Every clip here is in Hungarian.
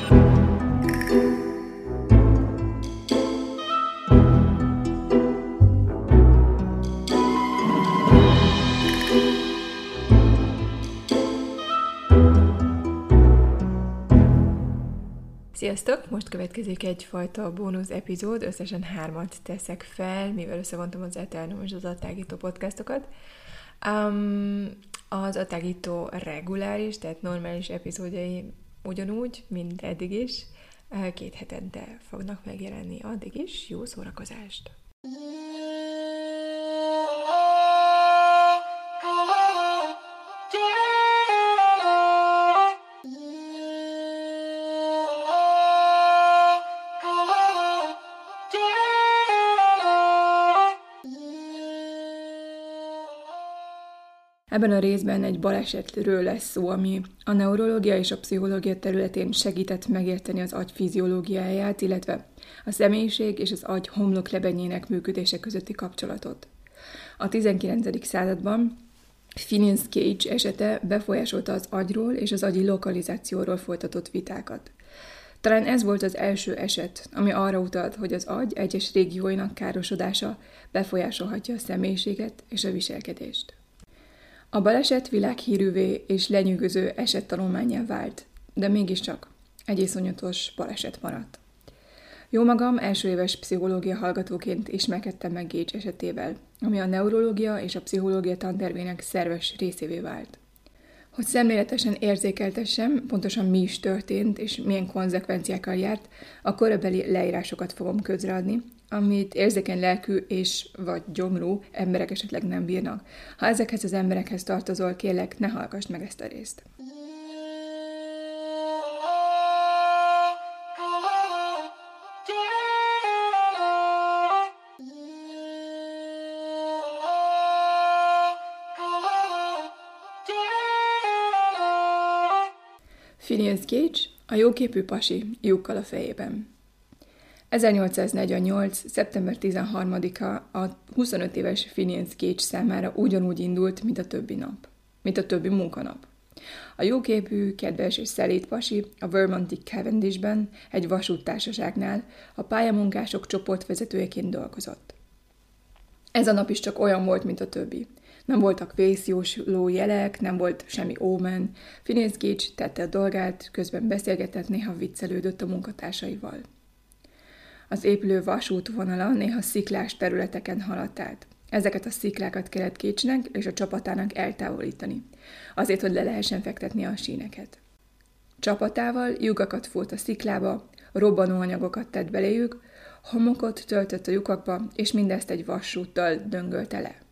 Sziasztok! Most következik egyfajta bónusz epizód, összesen 3 teszek fel, mivel összevontam az Eternum és az Atágító podcastokat. Az Atágító reguláris, tehát normális epizódjai ugyanúgy, mint eddig is, 2 hetente fognak megjelenni. Addig is jó szórakozást! Ebben a részben egy balesetről lesz szó, ami a neurológia és a pszichológia területén segített megérteni az agy fiziológiáját, illetve a személyiség és az agy homloklebenyének működése közötti kapcsolatot. A 19. században Phineas Gage esete befolyásolta az agyról és az agyi lokalizációról folytatott vitákat. Talán ez volt az első eset, ami arra utalt, hogy az agy egyes régióinak károsodása befolyásolhatja a személyiséget és a viselkedést. A baleset világhírűvé és lenyűgöző esettanulmánnyá vált, de mégiscsak egy iszonyatos baleset maradt. Jómagam első éves pszichológia hallgatóként ismerkedtem meg Gage esetével, ami a neurológia és a pszichológia tantervének szerves részévé vált. Hogy szemléletesen érzékeltessem, pontosan mi is történt és milyen konzekvenciákkal járt, a korabeli leírásokat fogom közreadni, amit érzékeny lelkű és vagy gyomrú emberek esetleg nem bírnak. Ha ezekhez az emberekhez tartozol, kérlek, ne hallgass meg ezt a részt. Phineas Gage, a jóképű pasi lyukkal a fejében. 1848. szeptember 13-a a 25 éves Phineas Gage számára ugyanúgy indult, mint a többi munkanap. A jóképű, kedves és szelíd pasi a Vermonti Cavendishben, egy vasúttársaságnál a pályamunkások csoportvezetőjeként dolgozott. Ez a nap is csak olyan volt, mint a többi. Nem voltak vészjósló jelek, nem volt semmi ómen. Phineas Gage tette a dolgát, közben beszélgetett, néha viccelődött a munkatársaival. Az épülő vasútvonala néha sziklás területeken haladt át. Ezeket a sziklákat kellett Gage-nek és a csapatának eltávolítani, azért, hogy le lehessen fektetni a síneket. Csapatával lyukakat fúrt a sziklába, robbanóanyagokat tett beléjük, homokot töltött a lyukakba, és mindezt egy vasúttal döngölte le.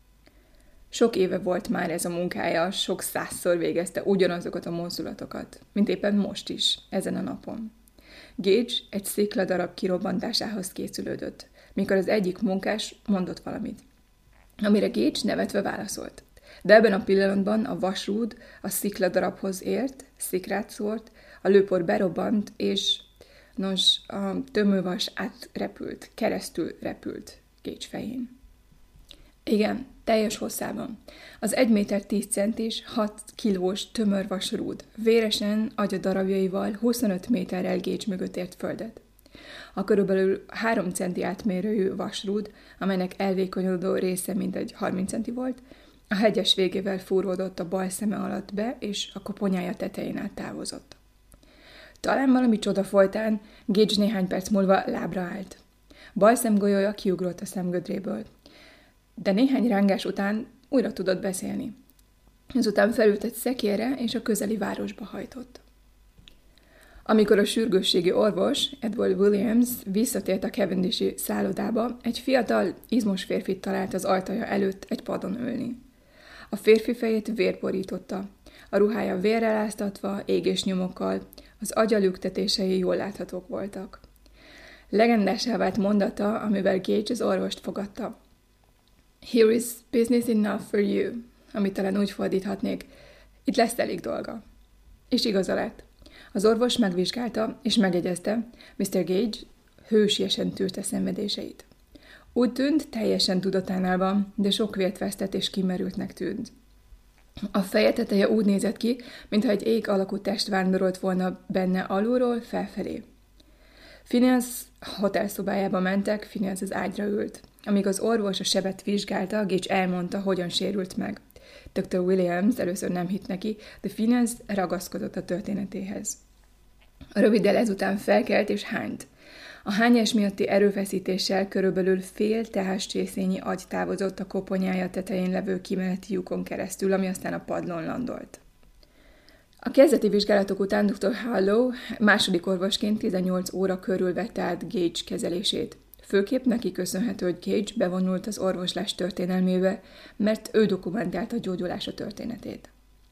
Sok éve volt már ez a munkája, sok 100-szor végezte ugyanazokat a mozdulatokat, mint éppen most is, ezen a napon. Gage egy szikladarab kirobbantásához készülődött, mikor az egyik munkás mondott valamit, amire Gage nevetve válaszolt. De ebben a pillanatban a vasrúd a szikladarabhoz ért, szikrát szórt, a lőpor berobbant, és a tömővas átrepült, keresztül repült Gage fején. Igen, teljes hosszában. Az 1 méter 10 centis, 6 kilós tömörvasrúd, véresen agyadarabjaival 25 méterrel Gage mögött ért földet. A körülbelül 3 centi átmérőjű vasrúd, amelynek elvékonyodó része mintegy 30 centi volt, a hegyes végével fúródott a bal szeme alatt be, és a koponyája tetején át távozott. Talán valami csoda folytán Gage néhány perc múlva lábra állt. Bal szemgolyója kiugrott a szemgödréből, de néhány rángás után újra tudott beszélni. Ezután felült egy szekérre, és a közeli városba hajtott. Amikor a sürgősségi orvos, Edward Williams visszatért a Cavendishi szállodába, egy fiatal, izmos férfit talált az ajtaja előtt egy padon ülni. A férfi fejét vér borította, a ruhája vérrel áztatva, égésnyomokkal, az agya lüktetései jól láthatók voltak. Legendásá vált mondata, amivel Gage az orvost fogadta. Here is business enough for you, amit talán úgy fordíthatnék, itt lesz elég dolga. És igaza lett. Az orvos megvizsgálta és megjegyezte, Mr. Gage hősiesen tűrte szenvedéseit. Úgy tűnt, teljesen tudatánál van, de sok vért vesztett és kimerültnek tűnt. A feje teteje úgy nézett ki, mintha egy ég alakú test vándorolt volna benne alulról felfelé. Phineas hotelszobájába mentek, Phineas az ágyra ült. Amíg az orvos a sebet vizsgálta, Gage elmondta, hogyan sérült meg. Dr. Williams először nem hitt neki, de Phineas ragaszkodott a történetéhez. Röviddel ezután felkelt és hányt. A hányás miatti erőfeszítéssel körülbelül fél teáscsészényi agy távozott a koponyája tetején levő kimeneti lyukon keresztül, ami aztán a padlón landolt. A kezdeti vizsgálatok után Dr. Harlow második orvosként 18 óra körül vette át Gage kezelését. Főképp neki köszönhető, hogy Gage bevonult az orvoslás történelmébe, mert ő dokumentálta a gyógyulása történetét.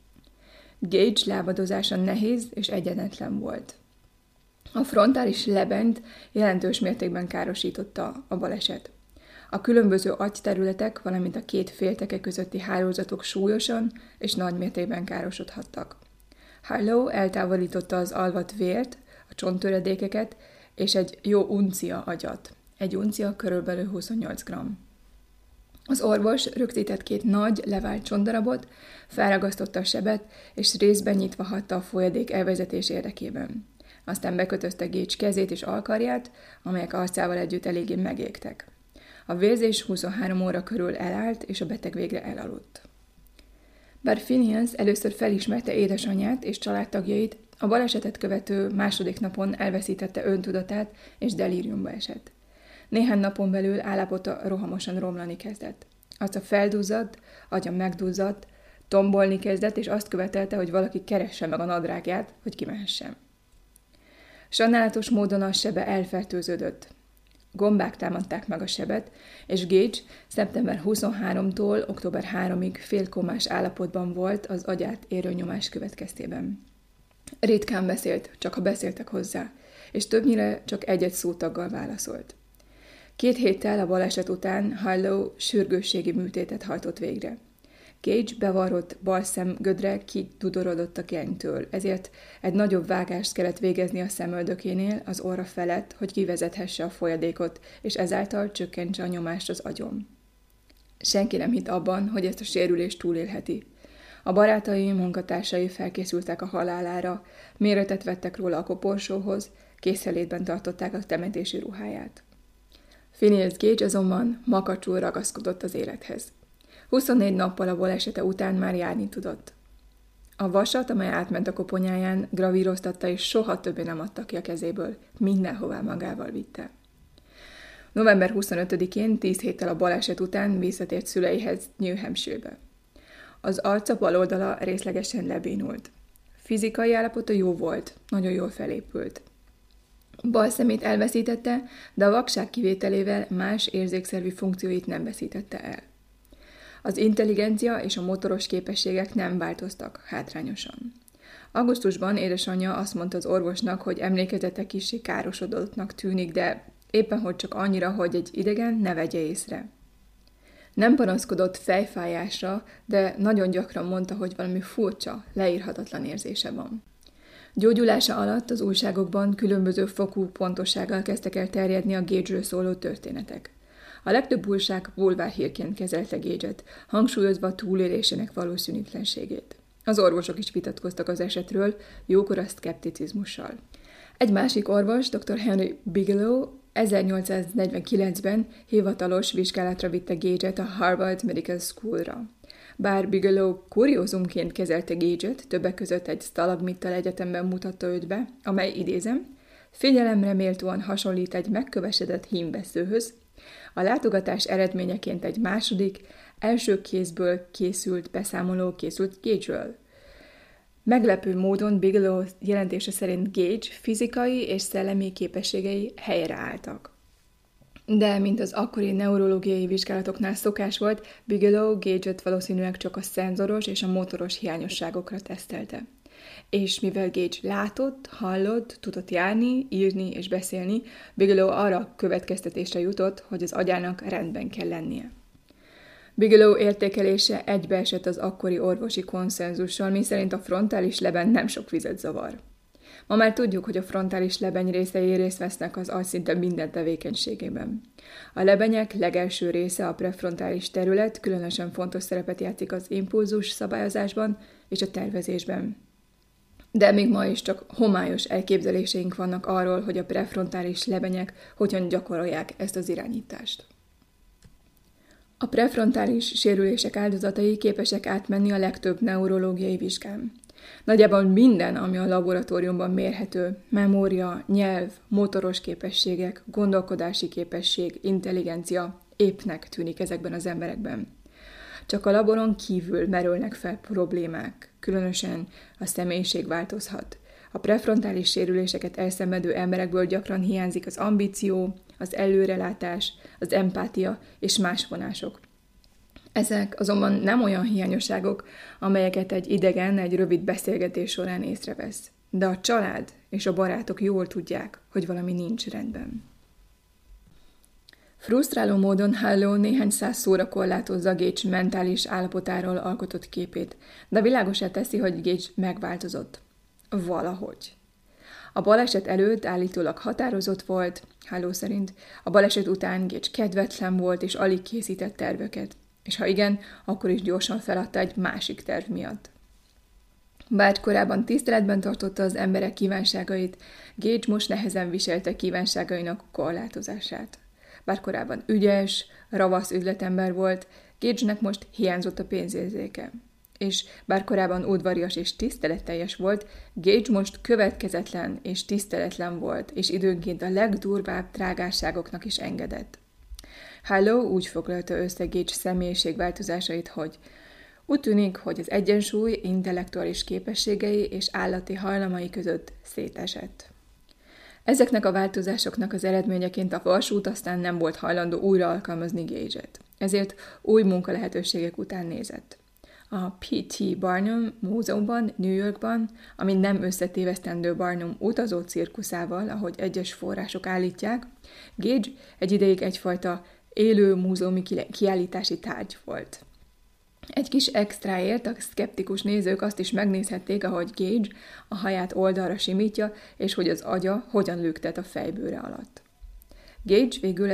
Gage lábadozása nehéz és egyenetlen volt. A frontális lebent jelentős mértékben károsította a baleset. A különböző agyterületek, valamint a két félteke közötti hálózatok súlyosan és nagy mértékben károsodhattak. Harlow eltávolította az alvat vért, a csonttöredékeket és egy jó uncia agyat. Egy uncia körülbelül 28 g. Az orvos rögzített 2 nagy, levált csontdarabot, felragasztotta a sebet, és részben nyitva hagyta a folyadék elvezetés érdekében. Aztán bekötözte Gage kezét és alkarját, amelyek arcával együtt eléggé megégtek. A vérzés 23 óra körül elállt, és a beteg végre elaludt. Bár Phineas először felismerte édesanyját és családtagjait, a balesetet követő második napon elveszítette öntudatát és delíriumba esett. Néhány napon belül állapota rohamosan romlani kezdett. Arca felduzzadt, agya megduzzadt, tombolni kezdett, és azt követelte, hogy valaki keresse meg a nadrágját, hogy kimehessen. Sajnálatos módon a sebe elfertőződött. Gombák támadták meg a sebet, és Gage szeptember 23-tól október 3-ig félkomás állapotban volt az agyát érő nyomás következtében. Ritkán beszélt, csak ha beszéltek hozzá, és többnyire csak egy-egy szótaggal válaszolt. 2 héttel a baleset után Harlow sürgősségi műtétet hajtott végre. Gage bevarrott bal szemgödre kidudorodott a kenytől, ezért egy nagyobb vágást kellett végezni a szemöldökénél az orra felett, hogy kivezethesse a folyadékot, és ezáltal csökkentse a nyomást az agyon. Senki nem hitt abban, hogy ezt a sérülést túlélheti. A barátai, munkatársai felkészültek a halálára, méretet vettek róla a koporsóhoz, készenlétben tartották a temetési ruháját. Phineas Gage azonban makacsul ragaszkodott az élethez. 24 nappal a balesete után már járni tudott. A vasat, amely átment a koponyáján, gravíroztatta, és soha többé nem adta ki a kezéből, mindenhová magával vitte. November 25-én, 10 héttel a baleset után visszatért szüleihez New Hampshire-be. Az arca bal oldala részlegesen lebénult. Fizikai állapota jó volt, nagyon jól felépült. Bal szemét elveszítette, de a vakság kivételével más érzékszervi funkcióit nem veszítette el. Az intelligencia és a motoros képességek nem változtak hátrányosan. Augusztusban édesanyja azt mondta az orvosnak, hogy emlékezete kissé károsodottnak tűnik, de éppen hogy csak annyira, hogy egy idegen ne vegye észre. Nem panaszkodott fejfájásra, de nagyon gyakran mondta, hogy valami furcsa, leírhatatlan érzése van. Gyógyulása alatt az újságokban különböző fokú pontossággal kezdtek el terjedni a Gage-ről szóló történetek. A legtöbb újság bulvárhírként kezelte Gage-et, hangsúlyozva a túlélésének valószínűtlenségét. Az orvosok is vitatkoztak az esetről, jókora szkepticizmussal. Egy másik orvos, dr. Henry Bigelow 1849-ben hivatalos vizsgálatra vitte Gage-et a Harvard Medical School-ra. Bár Bigelow kuriózumként kezelte Gage-et, többek között egy stalagmittal egyetemben mutatta őt be, amely, idézem, figyelemre méltóan hasonlít egy megkövesedett hímveszőhöz, a látogatás eredményeként egy második, első kézből készült beszámoló készült Gage-ről. Meglepő módon Bigelow jelentése szerint Gage fizikai és szellemi képességei helyreálltak. De, mint az akkori neurológiai vizsgálatoknál szokás volt, Bigelow Gage-et valószínűleg csak a szenzoros és a motoros hiányosságokra tesztelte. És mivel Gage látott, hallott, tudott járni, írni és beszélni, Bigelow arra következtetésre jutott, hogy az agyának rendben kell lennie. Bigelow értékelése egybeesett az akkori orvosi konszenzussal, miszerint a frontális leben nem sok vizet zavar. Ma már tudjuk, hogy a frontális lebeny részei részt vesznek az agy szinte minden tevékenységében. A lebenyek legelső része, a prefrontális terület különösen fontos szerepet játszik az impulzus szabályozásban és a tervezésben. De még ma is csak homályos elképzeléseink vannak arról, hogy a prefrontális lebenyek hogyan gyakorolják ezt az irányítást. A prefrontális sérülések áldozatai képesek átmenni a legtöbb neurológiai vizsgán. Nagyjából minden, ami a laboratóriumban mérhető, memória, nyelv, motoros képességek, gondolkodási képesség, intelligencia épnek tűnik ezekben az emberekben. Csak a laboron kívül merülnek fel problémák, különösen a személyiség változhat. A prefrontális sérüléseket elszenvedő emberekből gyakran hiányzik az ambíció, az előrelátás, az empátia és más vonások. Ezek azonban nem olyan hiányosságok, amelyeket egy idegen egy rövid beszélgetés során észrevesz. De a család és a barátok jól tudják, hogy valami nincs rendben. Frusztráló módon Harlow néhány száz szóra korlátozza Gage mentális állapotáról alkotott képét, de világossá teszi, hogy Gage megváltozott. Valahogy. A baleset előtt állítólag határozott volt, Harlow szerint, a baleset után Gage kedvetlen volt és alig készített terveket, és ha igen, akkor is gyorsan feladta egy másik terv miatt. Bár korábban tiszteletben tartotta az emberek kívánságait, Gage most nehezen viselte kívánságainak korlátozását. Bár korábban ügyes, ravasz üzletember volt, Gage-nek most hiányzott a pénzérzéke. És bár korábban udvarias és tiszteletteljes volt, Gage most következetlen és tiszteletlen volt, és időnként a legdurvább trágárságoknak is engedett. Harlow úgy foglalta össze Gage személyiségváltozásait, hogy úgy tűnik, hogy az egyensúly intellektuális képességei és állati hajlamai között szétesett. Ezeknek a változásoknak az eredményeként a vasút aztán nem volt hajlandó újra alkalmazni Gage-et, ezért új munkalehetőségek után nézett. A P.T. Barnum múzeumban, New Yorkban, ami nem összetévesztendő Barnum utazó cirkuszával, ahogy egyes források állítják, Gage egy ideig egyfajta élő múzeumi kiállítási tárgy volt. Egy kis extráért a szkeptikus nézők azt is megnézhették, ahogy Gage a haját oldalra simítja, és hogy az agya hogyan lüktet a fejbőre alatt. Gage végül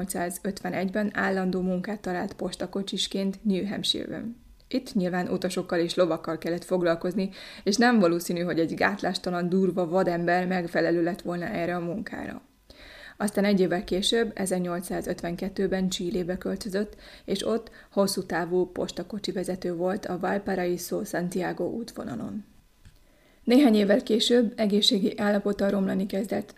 1851-ben állandó munkát talált postakocsisként New Hampshire-ben. Itt nyilván utasokkal és lovakkal kellett foglalkozni, és nem valószínű, hogy egy gátlástalan, durva vadember megfelelő lett volna erre a munkára. Aztán egy évvel később, 1852-ben Chilébe költözött, és ott hosszú távú postakocsi vezető volt a Valparaiso-Santiago útvonalon. Néhány évvel később egészségi állapota romlani kezdett,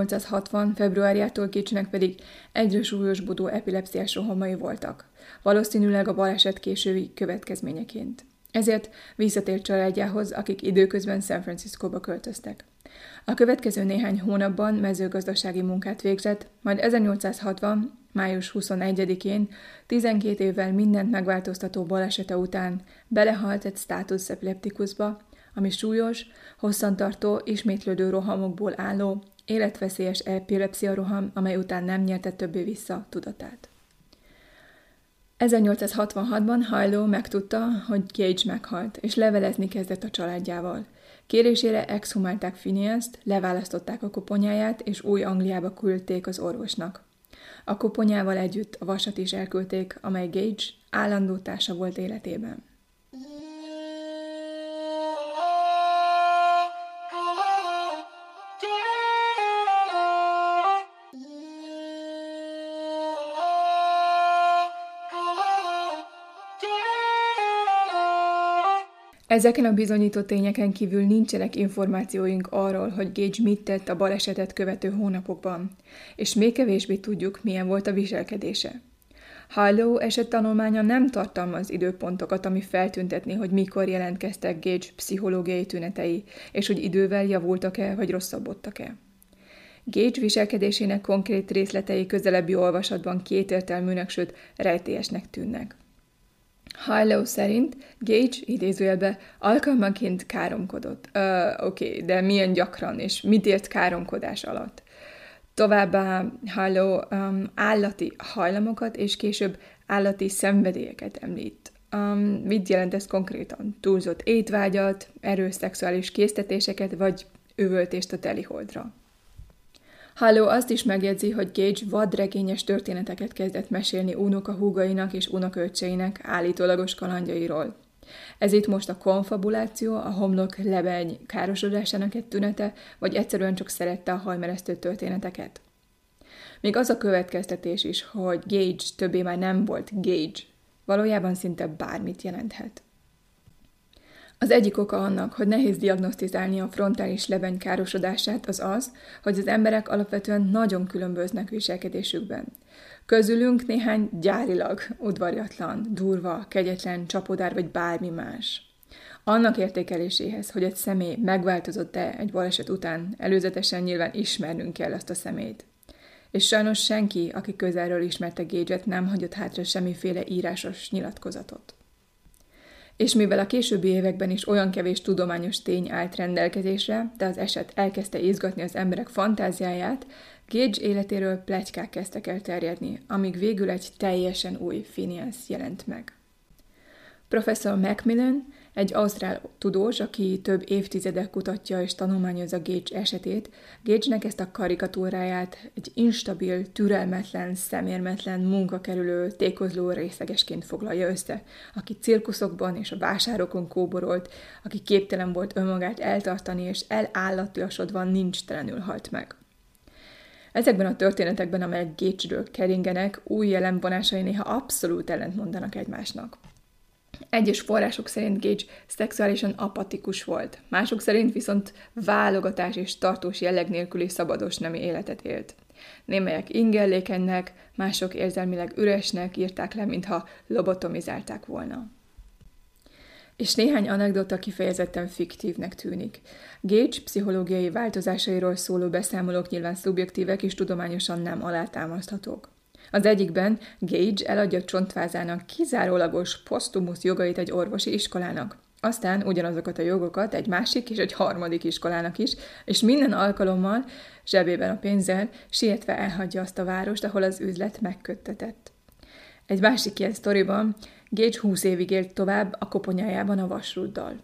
1860. februárjától Gage-nek pedig egyre súlyosbodó epilepsziás rohamai voltak, valószínűleg a baleset késői következményeként. Ezért visszatért családjához, akik időközben San Franciscóba költöztek. A következő néhány hónapban mezőgazdasági munkát végzett, majd 1860. május 21-én, 12 évvel mindent megváltoztató balesete után belehalt egy status epileptikusba, ami súlyos, hosszantartó, ismétlődő rohamokból álló, életveszélyes epilepszia roham, amely után nem nyerte többé vissza tudatát. 1866-ban Harlow megtudta, hogy Gage meghalt, és levelezni kezdett a családjával. Kérésére exhumálták Phineast, leválasztották a koponyáját, és Új-Angliába küldték az orvosnak. A koponyával együtt a vasat is elküldték, amely Gage állandó társa volt életében. Ezeken a bizonyító tényeken kívül nincsenek információink arról, hogy Gage mit tett a balesetet követő hónapokban, és még kevésbé tudjuk, milyen volt a viselkedése. Harlow esettanulmánya nem tartalmaz időpontokat, ami feltüntetné, hogy mikor jelentkeztek Gage pszichológiai tünetei, és hogy idővel javultak-e, vagy rosszabbodtak-e. Gage viselkedésének konkrét részletei közelebbi olvasatban kétértelműnek, sőt rejtélyesnek tűnnek. Harlow szerint Gage idézőjelbe alkalmanként káromkodott. Oké, de milyen gyakran, és mit ért káromkodás alatt? Továbbá Harlow állati hajlamokat és később állati szenvedélyeket említ. Mit jelent ez konkrétan? Túlzott étvágyat, erős szexuális késztetéseket, vagy üvöltést a teliholdra. Halló azt is megjegyzi, hogy Gage vadregényes történeteket kezdett mesélni unokahúgainak és unokaöccseinek állítólagos kalandjairól. Ez itt most a konfabuláció, a homlok lebeny károsodásának egy tünete, vagy egyszerűen csak szerette a hajmeresztő történeteket. Még az a következtetés is, hogy Gage többé már nem volt Gage, valójában szinte bármit jelenthet. Az egyik oka annak, hogy nehéz diagnosztizálni a frontális lebeny károsodását, az, hogy az emberek alapvetően nagyon különböznek viselkedésükben. Közülünk néhány gyárilag udvariatlan, durva, kegyetlen, csapodár vagy bármi más. Annak értékeléséhez, hogy egy személy megváltozott-e egy baleset után, előzetesen nyilván ismernünk kell azt a személyt. És sajnos senki, aki közelről ismerte Gage-et, nem hagyott hátra semmiféle írásos nyilatkozatot. És mivel a későbbi években is olyan kevés tudományos tény állt rendelkezésre, de az eset elkezdte izgatni az emberek fantáziáját, Gage életéről pletykák kezdtek el terjedni, amíg végül egy teljesen új Phineas jelent meg. Professzor Macmillan, egy ausztrál tudós, aki több évtizedek kutatja és tanulmányozza Gage esetét, Gage-nek ezt a karikatúráját egy instabil, türelmetlen, szemérmetlen, munkakerülő, tékozló részegesként foglalja össze, aki cirkuszokban és a vásárokon kóborolt, aki képtelen volt önmagát eltartani és elállattiasodva nincstelenül halt meg. Ezekben a történetekben, amelyek Gage-ről keringenek, új jelenvonásai néha abszolút ellentmondanak egymásnak. Egyes források szerint Gage szexuálisan apatikus volt, mások szerint viszont válogatás és tartós jelleg nélküli szabados nemi életet élt. Némelyek ingerlékenynek, mások érzelmileg üresnek írták le, mintha lobotomizálták volna. És néhány anekdota kifejezetten fiktívnek tűnik. Gage pszichológiai változásairól szóló beszámolók nyilván szubjektívek és tudományosan nem alátámaszthatók. Az egyikben Gage eladja csontvázának kizárólagos posztumusz jogait egy orvosi iskolának. Aztán ugyanazokat a jogokat egy másik és egy harmadik iskolának is, és minden alkalommal zsebében a pénzzel sietve elhagyja azt a várost, ahol az üzlet megköttetett. Egy másik ilyen sztoriban Gage 20 évig élt tovább a koponyájában a vasrúddal.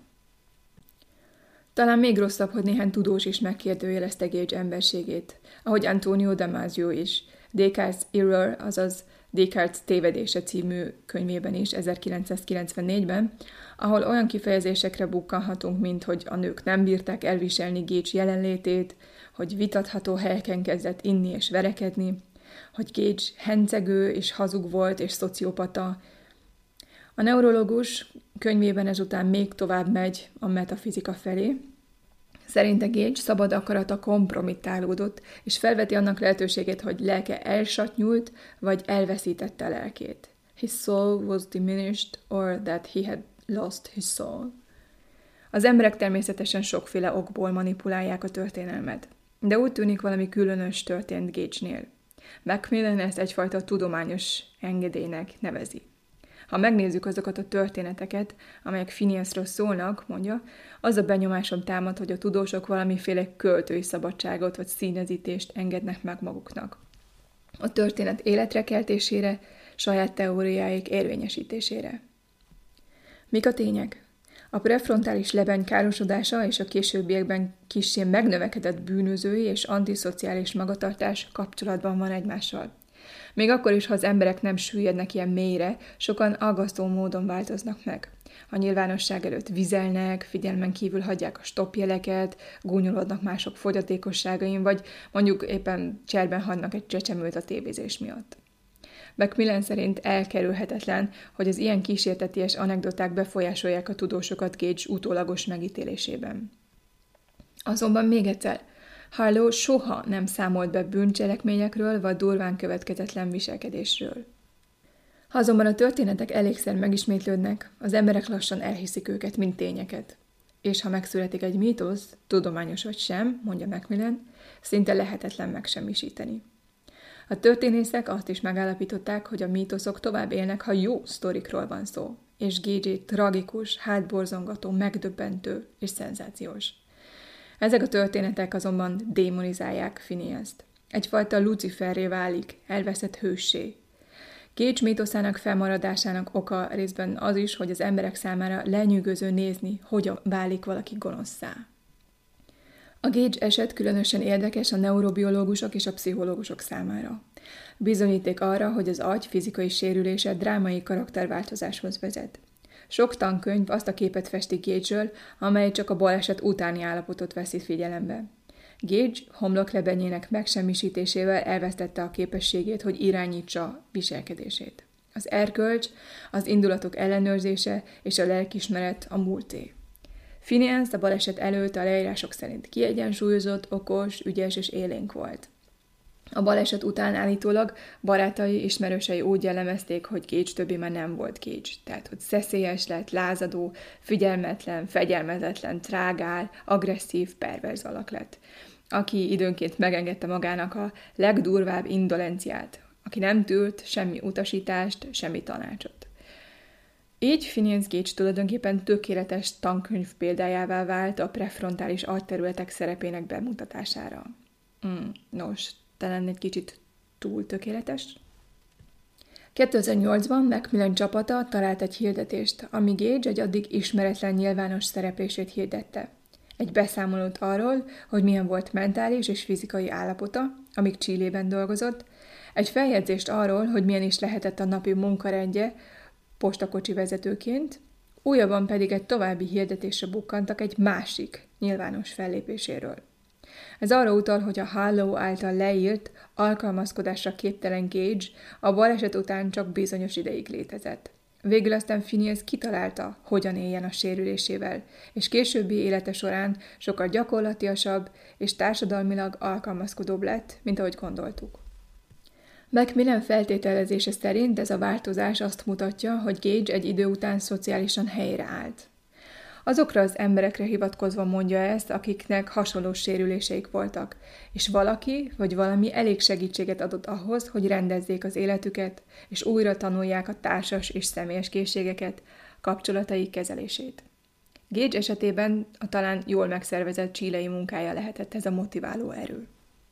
Talán még rosszabb, hogy néhány tudós is megkérdőjelezte Gage emberségét, ahogy Antonio Damasio is. Descartes' Error, azaz Descartes tévedése című könyvében is 1994-ben, ahol olyan kifejezésekre bukkanhatunk, mint hogy a nők nem bírták elviselni Gage jelenlétét, hogy vitatható helyeken kezdett inni és verekedni, hogy Gage hencegő és hazug volt és szociopata. A neurológus könyvében ezután még tovább megy a metafizika felé. Szerinte Gage szabad akarata kompromittálódott, és felveti annak lehetőségét, hogy lelke elsatnyult, vagy elveszítette a lelkét. His soul was diminished, or that he had lost his soul. Az emberek természetesen sokféle okból manipulálják a történelmet, de úgy tűnik valami különös történt Gage-nél. Macmillan ezt egyfajta tudományos engedélynek nevezi. Ha megnézzük azokat a történeteket, amelyek Phineasról szólnak, mondja, az a benyomásom támad, hogy a tudósok valamiféle költői szabadságot vagy színezítést engednek meg maguknak. A történet életre keltésére, saját teóriáik érvényesítésére. Mik a tények? A prefrontális lebeny károsodása és a későbbiekben kissé megnövekedett bűnözői és antiszociális magatartás kapcsolatban van egymással. Még akkor is, ha az emberek nem süllyednek ilyen mélyre, sokan aggasztó módon változnak meg. A nyilvánosság előtt vizelnek, figyelmen kívül hagyják a stoppjeleket, gúnyolódnak mások fogyatékosságain, vagy mondjuk éppen cserben hagynak egy csecsemőt a tévézés miatt. Macmillan szerint elkerülhetetlen, hogy az ilyen kísérteties anekdoták befolyásolják a tudósokat Gage utólagos megítélésében. Azonban még egyszer, Harlow soha nem számolt be bűncselekményekről vagy durván következetlen viselkedésről. Ha azonban a történetek elégszer megismétlődnek, az emberek lassan elhiszik őket, mint tényeket. És ha megszületik egy mítosz, tudományos vagy sem, mondja Macmillan, szinte lehetetlen megsemmisíteni. A történészek azt is megállapították, hogy a mítoszok tovább élnek, ha jó sztorikról van szó, és Gage tragikus, hátborzongató, megdöbbentő és szenzációs. Ezek a történetek azonban démonizálják Phineast. Egyfajta Luciferré válik, elveszett hőssé. Gage mítoszának felmaradásának oka részben az is, hogy az emberek számára lenyűgöző nézni, hogyan válik valaki gonoszszá. A Gage eset különösen érdekes a neurobiológusok és a pszichológusok számára. Bizonyíték arra, hogy az agy fizikai sérülése drámai karakterváltozáshoz vezet. Sok tankönyv azt a képet festi Gage-ről, amely csak a baleset utáni állapotot veszi figyelembe. Gage homloklebenyének megsemmisítésével elvesztette a képességét, hogy irányítsa viselkedését. Az erkölcs, az indulatok ellenőrzése és a lelkiismeret a múlté. Phineas a baleset előtt a leírások szerint kiegyensúlyozott, okos, ügyes és élénk volt. A baleset után állítólag barátai, ismerősei úgy jellemezték, hogy Gage többé már nem volt Gage. Tehát, hogy szeszélyes lett, lázadó, figyelmetlen, fegyelmezetlen, trágál, agresszív, perverz alak lett, aki időnként megengedte magának a legdurvább indolenciát, aki nem tűrt semmi utasítást, semmi tanácsot. Így Phineas Gage tulajdonképpen tökéletes tankönyv példájává vált a prefrontális agyterületek szerepének bemutatására. Nos, talán egy kicsit túl tökéletes. 2008-ban Macmillan csapata talált egy hirdetést, ami Gage egy addig ismeretlen nyilvános szereplését hirdette. Egy beszámolót arról, hogy milyen volt mentális és fizikai állapota, amíg Chilében dolgozott, egy feljegyzést arról, hogy milyen is lehetett a napi munkarendje postakocsi vezetőként, újabban pedig egy további hirdetésre bukkantak egy másik nyilvános fellépéséről. Ez arra utal, hogy a Harlow által leírt, alkalmazkodásra képtelen Gage a baleset után csak bizonyos ideig létezett. Végül aztán Phineas kitalálta, hogyan éljen a sérülésével, és későbbi élete során sokkal gyakorlatiasabb és társadalmilag alkalmazkodóbb lett, mint ahogy gondoltuk. Macmillan feltételezése szerint ez a változás azt mutatja, hogy Gage egy idő után szociálisan helyreállt. Azokra az emberekre hivatkozva mondja ezt, akiknek hasonló sérüléseik voltak, és valaki vagy valami elég segítséget adott ahhoz, hogy rendezzék az életüket, és újra tanulják a társas és személyes készségeket, kapcsolataik kezelését. Gage esetében a talán jól megszervezett chilei munkája lehetett ez a motiváló erő.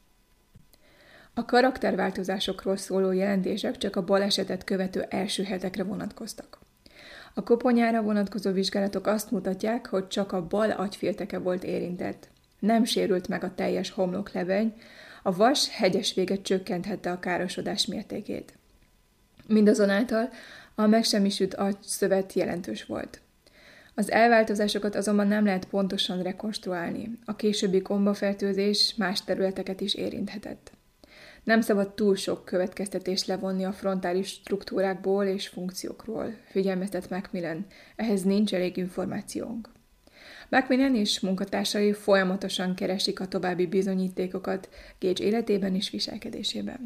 A karakterváltozásokról szóló jelentések csak a balesetet követő első hetekre vonatkoztak. A koponyára vonatkozó vizsgálatok azt mutatják, hogy csak a bal agyfélteke volt érintett. Nem sérült meg a teljes homloklebeny, a vas hegyes vége csökkenthette a károsodás mértékét. Mindazonáltal a megsemmisült agyszövet jelentős volt. Az elváltozásokat azonban nem lehet pontosan rekonstruálni. A későbbi gombafertőzés más területeket is érinthetett. Nem szabad túl sok következtetést levonni a frontális struktúrákból és funkciókról, figyelmeztet Macmillan, ehhez nincs elég információnk. Macmillan és munkatársai folyamatosan keresik a további bizonyítékokat Gage életében és viselkedésében.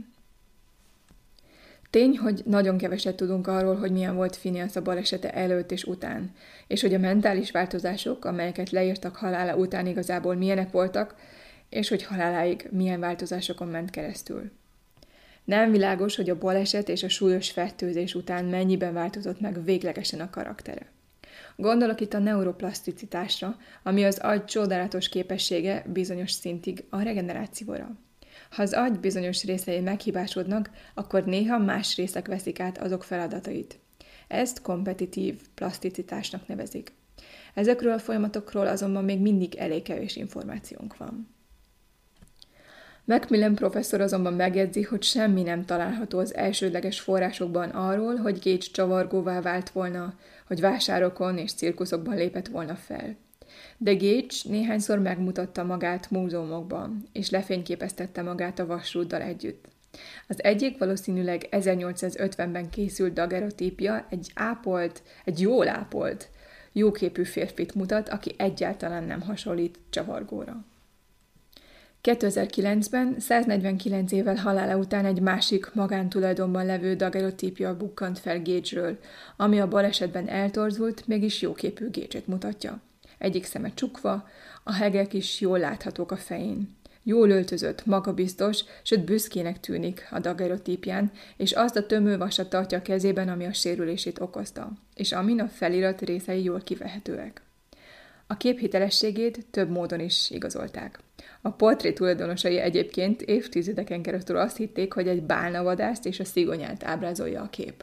Tény, hogy nagyon keveset tudunk arról, hogy milyen volt Phineas a balesete előtt és után, és hogy a mentális változások, amelyeket leírtak halála után igazából milyenek voltak, és hogy haláláig milyen változásokon ment keresztül. Nem világos, hogy a baleset és a súlyos fertőzés után mennyiben változott meg véglegesen a karaktere. Gondolok itt a neuroplaszticitásra, ami az agy csodálatos képessége bizonyos szintig a regenerációra. Ha az agy bizonyos részei meghibásodnak, akkor néha más részek veszik át azok feladatait. Ezt kompetitív plaszticitásnak nevezik. Ezekről a folyamatokról azonban még mindig elég kevés információnk van. Macmillan professzor azonban megjegyzi, hogy semmi nem található az elsődleges forrásokban arról, hogy Gage csavargóvá vált volna, hogy vásárokon és cirkuszokban lépett volna fel. De Gage néhányszor megmutatta magát múzeumokban, és lefényképeztette magát a vasrúddal együtt. Az egyik valószínűleg 1850-ben készült daguerreotípia egy jól ápolt, jóképű férfit mutat, aki egyáltalán nem hasonlít csavargóra. 2009-ben, 149 évvel halála után egy másik magántulajdonban levő daguerreotípia bukkant fel Gage-ről, ami a balesetben eltorzult, mégis jóképű Gage-et mutatja. Egyik szeme csukva, a hegek is jól láthatók a fején. Jól öltözött, magabiztos, sőt büszkének tűnik a daguerreotípián, és azt a tömővasat tartja a kezében, ami a sérülését okozta, és amin a felirat részei jól kivehetőek. A kép hitelességét több módon is igazolták. A portré tulajdonosai egyébként évtizedeken keresztül azt hitték, hogy egy bálnavadászt és a szigonyát ábrázolja a kép.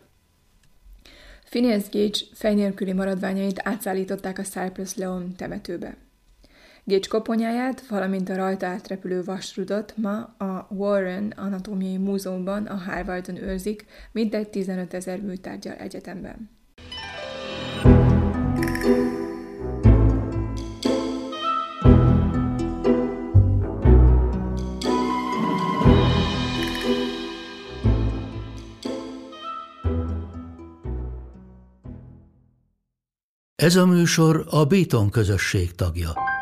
Phineas Gage fej nélküli maradványait átszállították a Cypress Lawn temetőbe. Gage koponyáját, valamint a rajta átrepülő vasrudot ma a Warren Anatómiai Múzeumban a Harvardon őrzik, mintegy 15 000 műtárggyal egyetemben. Ez a műsor a Béton közösség tagja.